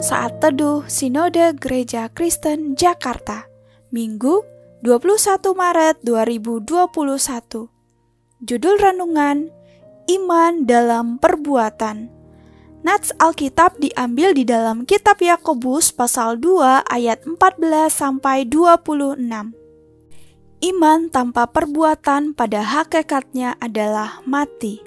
Renungan Saat Teduh Sinode Gereja Kristen Jakarta, Minggu 21 Maret 2021. Judul renungan, Iman dalam Perbuatan. Nats Alkitab diambil di dalam kitab Yakobus pasal 2 ayat 14-26. Iman tanpa perbuatan pada hakikatnya adalah mati.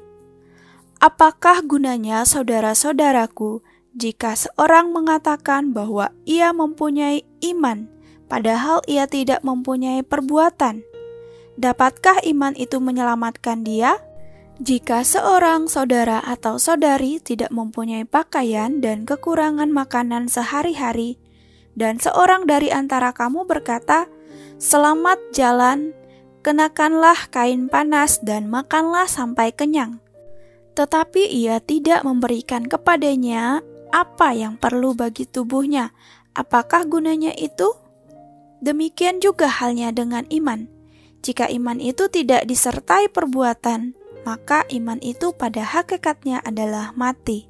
Apakah gunanya, saudara-saudaraku, jika seorang mengatakan bahwa ia mempunyai iman, padahal ia tidak mempunyai perbuatan? Dapatkah iman itu menyelamatkan dia? Jika seorang saudara atau saudari tidak mempunyai pakaian dan kekurangan makanan sehari-hari, dan seorang dari antara kamu berkata, "Selamat jalan, kenakanlah kain panas dan makanlah sampai kenyang," tetapi ia tidak memberikan kepadanya apa yang perlu bagi tubuhnya, apakah gunanya itu? Demikian juga halnya dengan iman. Jika iman itu tidak disertai perbuatan, maka iman itu pada hakikatnya adalah mati.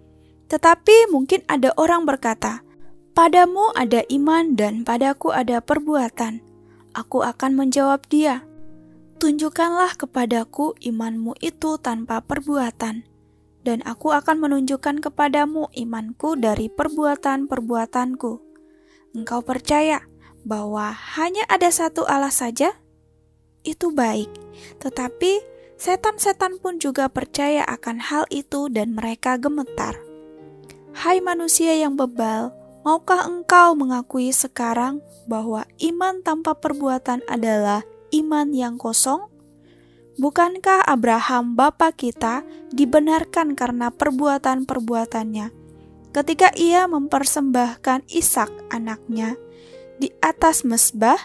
Tetapi mungkin ada orang berkata, "Padamu ada iman dan padaku ada perbuatan." Aku akan menjawab dia, "Tunjukkanlah kepadaku imanmu itu tanpa perbuatan, dan aku akan menunjukkan kepadamu imanku dari perbuatan-perbuatanku. Engkau percaya bahwa hanya ada satu Allah saja? Itu baik, tetapi setan-setan pun juga percaya akan hal itu dan mereka gemetar. Hai manusia yang bebal, maukah engkau mengakui sekarang bahwa iman tanpa perbuatan adalah iman yang kosong? Bukankah Abraham bapa kita dibenarkan karena perbuatan-perbuatannya ketika ia mempersembahkan Ishak anaknya di atas mezbah?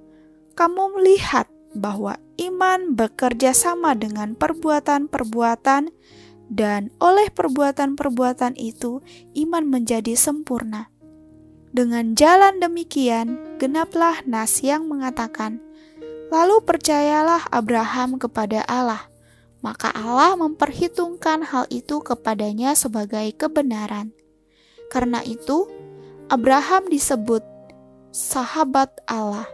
Kamu melihat bahwa iman bekerja sama dengan perbuatan-perbuatan, dan oleh perbuatan-perbuatan itu iman menjadi sempurna. Dengan jalan demikian genaplah nas yang mengatakan, "Lalu percayalah Abraham kepada Allah, maka Allah memperhitungkan hal itu kepadanya sebagai kebenaran." Karena itu, Abraham disebut sahabat Allah.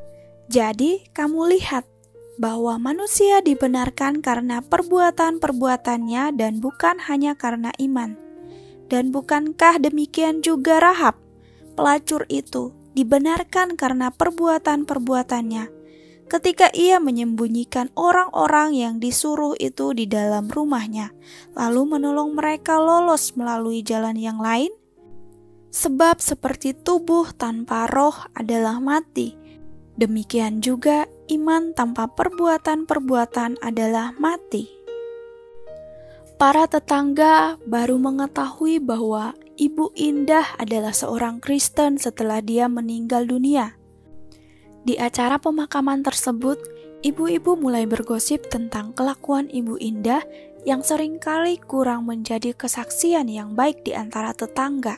Jadi, kamu lihat bahwa manusia dibenarkan karena perbuatan-perbuatannya dan bukan hanya karena iman. Dan bukankah demikian juga Rahab, pelacur itu, dibenarkan karena perbuatan-perbuatannya ketika ia menyembunyikan orang-orang yang disuruh itu di dalam rumahnya, lalu menolong mereka lolos melalui jalan yang lain? Sebab seperti tubuh tanpa roh adalah mati, demikian juga iman tanpa perbuatan-perbuatan adalah mati. Para tetangga baru mengetahui bahwa Ibu Indah adalah seorang Kristen setelah dia meninggal dunia. Di acara pemakaman tersebut, ibu-ibu mulai bergosip tentang kelakuan Ibu Indah yang seringkali kurang menjadi kesaksian yang baik di antara tetangga.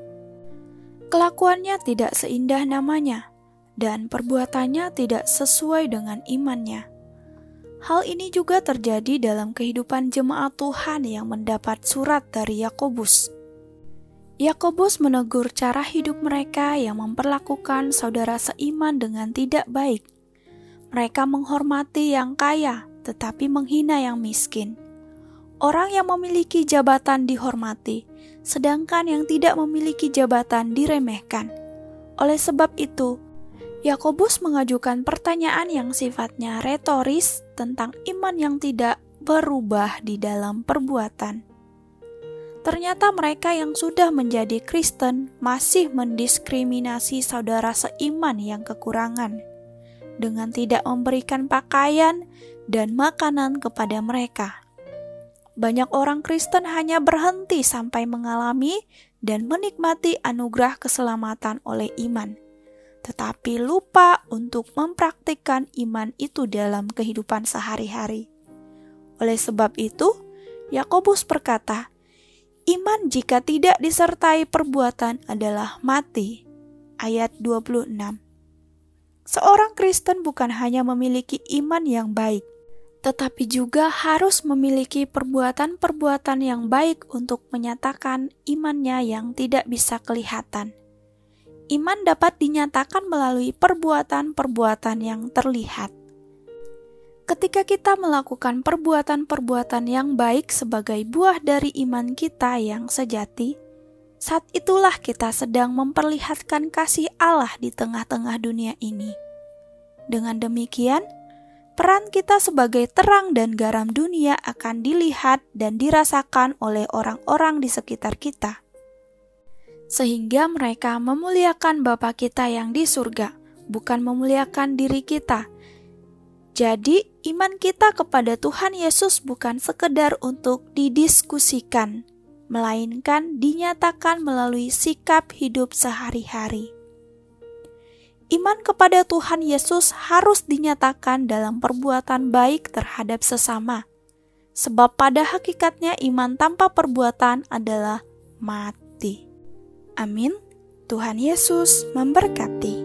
Kelakuannya tidak seindah namanya, dan perbuatannya tidak sesuai dengan imannya. Hal ini juga terjadi dalam kehidupan jemaat Tuhan yang mendapat surat dari Yakobus. Yakobus menegur cara hidup mereka yang memperlakukan saudara seiman dengan tidak baik. Mereka menghormati yang kaya, tetapi menghina yang miskin. Orang yang memiliki jabatan dihormati, sedangkan yang tidak memiliki jabatan diremehkan. Oleh sebab itu, Yakobus mengajukan pertanyaan yang sifatnya retoris tentang iman yang tidak berubah di dalam perbuatan. Ternyata mereka yang sudah menjadi Kristen masih mendiskriminasi saudara seiman yang kekurangan dengan tidak memberikan pakaian dan makanan kepada mereka. Banyak orang Kristen hanya berhenti sampai mengalami dan menikmati anugerah keselamatan oleh iman, tetapi lupa untuk mempraktikkan iman itu dalam kehidupan sehari-hari. Oleh sebab itu, Yakobus berkata, "Iman jika tidak disertai perbuatan adalah mati." Ayat 26. Seorang Kristen bukan hanya memiliki iman yang baik, tetapi juga harus memiliki perbuatan-perbuatan yang baik untuk menyatakan imannya yang tidak bisa kelihatan. Iman dapat dinyatakan melalui perbuatan-perbuatan yang terlihat. Ketika kita melakukan perbuatan-perbuatan yang baik sebagai buah dari iman kita yang sejati, saat itulah kita sedang memperlihatkan kasih Allah di tengah-tengah dunia ini. Dengan demikian, peran kita sebagai terang dan garam dunia akan dilihat dan dirasakan oleh orang-orang di sekitar kita, sehingga mereka memuliakan Bapa kita yang di surga, bukan memuliakan diri kita. Jadi, iman kita kepada Tuhan Yesus bukan sekedar untuk didiskusikan, melainkan dinyatakan melalui sikap hidup sehari-hari. Iman kepada Tuhan Yesus harus dinyatakan dalam perbuatan baik terhadap sesama, sebab pada hakikatnya iman tanpa perbuatan adalah mati. Amin. Tuhan Yesus memberkati.